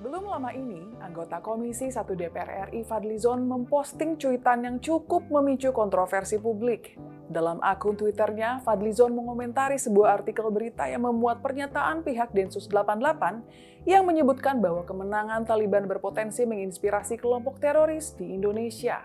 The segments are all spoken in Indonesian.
Belum lama ini, anggota Komisi 1 DPR RI Fadlizon memposting cuitan yang cukup memicu kontroversi publik. Dalam akun Twitternya, Fadlizon mengomentari sebuah artikel berita yang memuat pernyataan pihak Densus 88 yang menyebutkan bahwa kemenangan Taliban berpotensi menginspirasi kelompok teroris di Indonesia.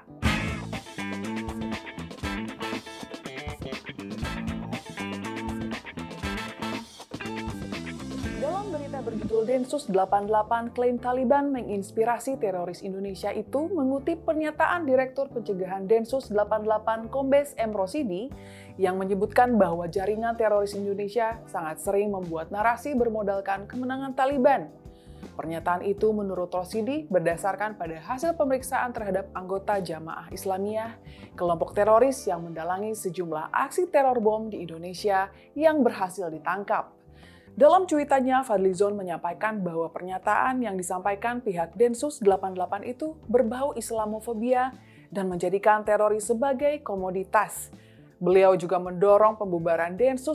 Dalam berita berjudul Densus 88 klaim Taliban menginspirasi teroris Indonesia itu mengutip pernyataan Direktur Pencegahan Densus 88 Kombes M. Rosidi yang menyebutkan bahwa jaringan teroris Indonesia sangat sering membuat narasi bermodalkan kemenangan Taliban. Pernyataan itu menurut Rosidi berdasarkan pada hasil pemeriksaan terhadap anggota Jamaah Islamiyah, kelompok teroris yang mendalangi sejumlah aksi teror bom di Indonesia yang berhasil ditangkap. Dalam cuitannya, Fadlizon menyampaikan bahwa pernyataan yang disampaikan pihak Densus 88 itu berbau Islamofobia dan menjadikan teroris sebagai komoditas. Beliau juga mendorong pembubaran Densus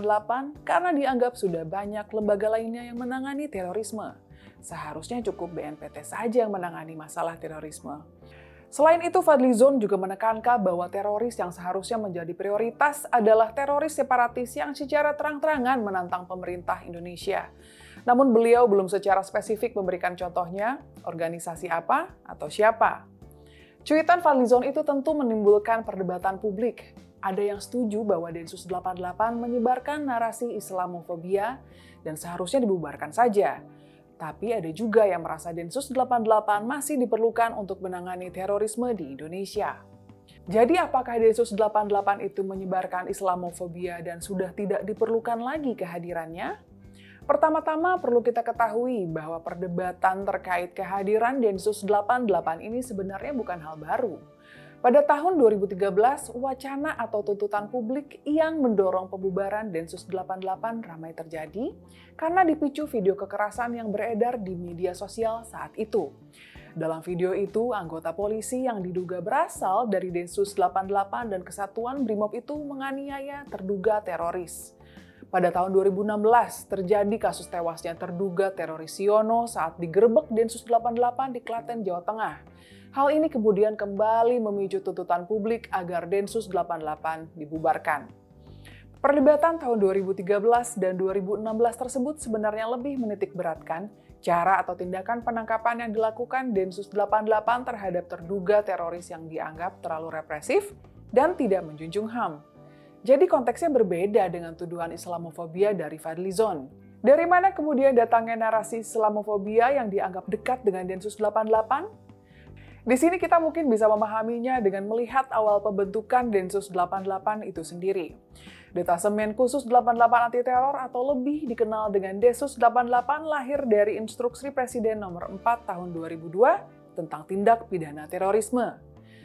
88 karena dianggap sudah banyak lembaga lainnya yang menangani terorisme. Seharusnya cukup BNPT saja yang menangani masalah terorisme. Selain itu, Fadlizon juga menekankan bahwa teroris yang seharusnya menjadi prioritas adalah teroris separatis yang secara terang-terangan menantang pemerintah Indonesia. Namun beliau belum secara spesifik memberikan contohnya, organisasi apa atau siapa. Cuitan Fadlizon itu tentu menimbulkan perdebatan publik. Ada yang setuju bahwa Densus 88 menyebarkan narasi Islamofobia dan seharusnya dibubarkan saja. Tapi ada juga yang merasa Densus 88 masih diperlukan untuk menangani terorisme di Indonesia. Jadi apakah Densus 88 itu menyebarkan Islamofobia dan sudah tidak diperlukan lagi kehadirannya? Pertama-tama perlu kita ketahui bahwa perdebatan terkait kehadiran Densus 88 ini sebenarnya bukan hal baru. Pada tahun 2013, wacana atau tuntutan publik yang mendorong pembubaran Densus 88 ramai terjadi karena dipicu video kekerasan yang beredar di media sosial saat itu. Dalam video itu, anggota polisi yang diduga berasal dari Densus 88 dan Kesatuan Brimob itu menganiaya terduga teroris. Pada tahun 2016, terjadi kasus tewasnya terduga teroris Siono saat digerebek Densus 88 di Klaten, Jawa Tengah. Hal ini kemudian kembali memicu tuntutan publik agar Densus 88 dibubarkan. Perdebatan tahun 2013 dan 2016 tersebut sebenarnya lebih menitik beratkan cara atau tindakan penangkapan yang dilakukan Densus 88 terhadap terduga teroris yang dianggap terlalu represif dan tidak menjunjung HAM. Jadi konteksnya berbeda dengan tuduhan Islamofobia dari Fadlizon. Dari mana kemudian datangnya narasi Islamofobia yang dianggap dekat dengan Densus 88? Di sini kita mungkin bisa memahaminya dengan melihat awal pembentukan Densus 88 itu sendiri. Detasemen Khusus 88 Anti Teror atau lebih dikenal dengan Densus 88 lahir dari Instruksi Presiden Nomor 4 Tahun 2002 tentang tindak pidana terorisme.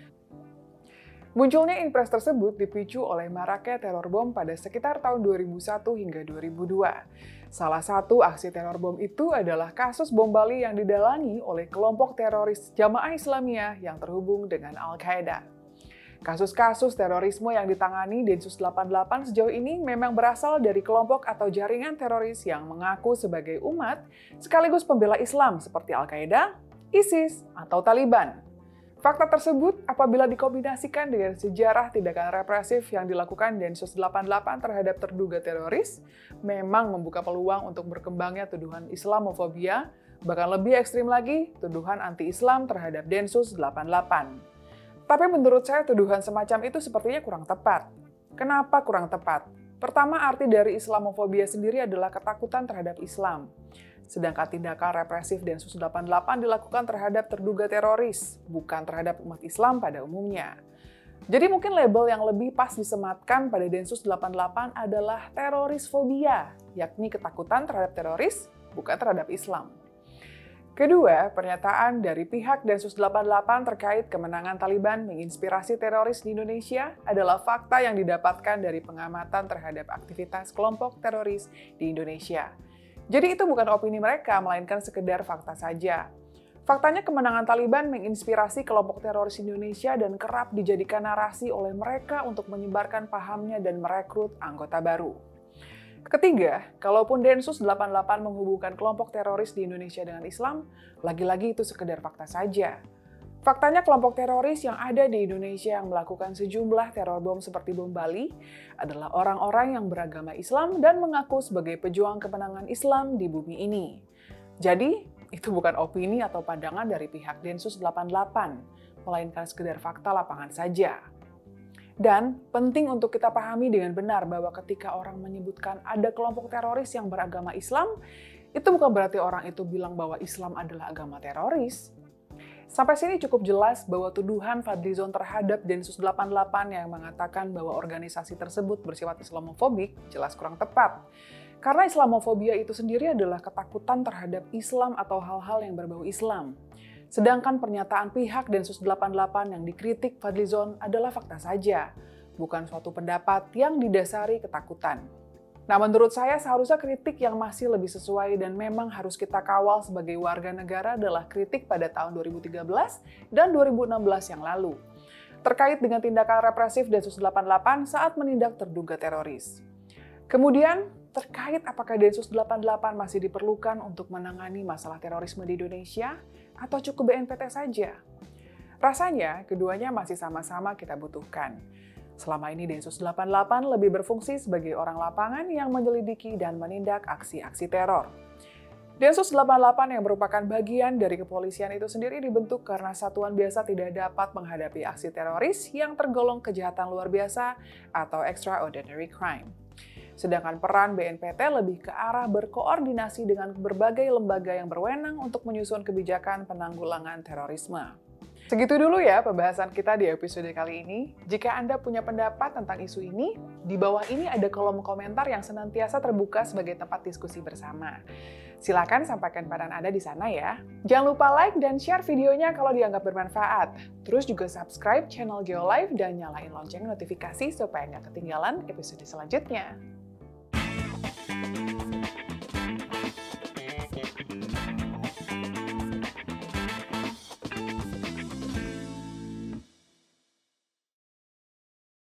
Munculnya impres tersebut dipicu oleh maraknya teror bom pada sekitar tahun 2001 hingga 2002. Salah satu aksi teror bom itu adalah kasus bom Bali yang didalangi oleh kelompok teroris Jamaah Islamiyah yang terhubung dengan Al-Qaeda. Kasus-kasus terorisme yang ditangani Densus 88 sejauh ini memang berasal dari kelompok atau jaringan teroris yang mengaku sebagai umat sekaligus pembela Islam seperti Al-Qaeda, ISIS, atau Taliban. Fakta tersebut apabila dikombinasikan dengan sejarah tindakan represif yang dilakukan Densus 88 terhadap terduga teroris, memang membuka peluang untuk berkembangnya tuduhan Islamofobia, bahkan lebih ekstrim lagi, tuduhan anti-Islam terhadap Densus 88. Tapi menurut saya tuduhan semacam itu sepertinya kurang tepat. Kenapa kurang tepat? Pertama, arti dari Islamofobia sendiri adalah ketakutan terhadap Islam. Sedangkan tindakan represif Densus 88 dilakukan terhadap terduga teroris, bukan terhadap umat Islam pada umumnya. Jadi mungkin label yang lebih pas disematkan pada Densus 88 adalah terorisfobia, yakni ketakutan terhadap teroris, bukan terhadap Islam. Kedua, pernyataan dari pihak Densus 88 terkait kemenangan Taliban menginspirasi teroris di Indonesia adalah fakta yang didapatkan dari pengamatan terhadap aktivitas kelompok teroris di Indonesia. Jadi itu bukan opini mereka, melainkan sekedar fakta saja. Faktanya kemenangan Taliban menginspirasi kelompok teroris Indonesia dan kerap dijadikan narasi oleh mereka untuk menyebarkan pahamnya dan merekrut anggota baru. Ketiga, kalaupun Densus 88 menghubungkan kelompok teroris di Indonesia dengan Islam, lagi-lagi itu sekedar fakta saja. Faktanya kelompok teroris yang ada di Indonesia yang melakukan sejumlah teror bom seperti bom Bali adalah orang-orang yang beragama Islam dan mengaku sebagai pejuang kemenangan Islam di bumi ini. Jadi, itu bukan opini atau pandangan dari pihak Densus 88, melainkan sekedar fakta lapangan saja. Dan penting untuk kita pahami dengan benar bahwa ketika orang menyebutkan ada kelompok teroris yang beragama Islam, itu bukan berarti orang itu bilang bahwa Islam adalah agama teroris. Sampai sini cukup jelas bahwa tuduhan Fadlizon terhadap Densus 88 yang mengatakan bahwa organisasi tersebut bersifat Islamofobik jelas kurang tepat. Karena Islamofobia itu sendiri adalah ketakutan terhadap Islam atau hal-hal yang berbau Islam. Sedangkan pernyataan pihak Densus 88 yang dikritik Fadlizon adalah fakta saja, bukan suatu pendapat yang didasari ketakutan. Nah, menurut saya seharusnya kritik yang masih lebih sesuai dan memang harus kita kawal sebagai warga negara adalah kritik pada tahun 2013 dan 2016 yang lalu, terkait dengan tindakan represif Densus 88 saat menindak terduga teroris. Kemudian, terkait apakah Densus 88 masih diperlukan untuk menangani masalah terorisme di Indonesia atau cukup BNPT saja? Rasanya, keduanya masih sama-sama kita butuhkan. Selama ini Densus 88 lebih berfungsi sebagai orang lapangan yang menyelidiki dan menindak aksi-aksi teror. Densus 88 yang merupakan bagian dari kepolisian itu sendiri dibentuk karena satuan biasa tidak dapat menghadapi aksi teroris yang tergolong kejahatan luar biasa atau extraordinary crime. Sedangkan peran BNPT lebih ke arah berkoordinasi dengan berbagai lembaga yang berwenang untuk menyusun kebijakan penanggulangan terorisme. Segitu dulu ya pembahasan kita di episode kali ini. Jika Anda punya pendapat tentang isu ini, di bawah ini ada kolom komentar yang senantiasa terbuka sebagai tempat diskusi bersama. Silakan sampaikan pandangan Anda di sana ya. Jangan lupa like dan share videonya kalau dianggap bermanfaat. Terus juga subscribe channel Geolive dan nyalain lonceng notifikasi supaya nggak ketinggalan episode selanjutnya.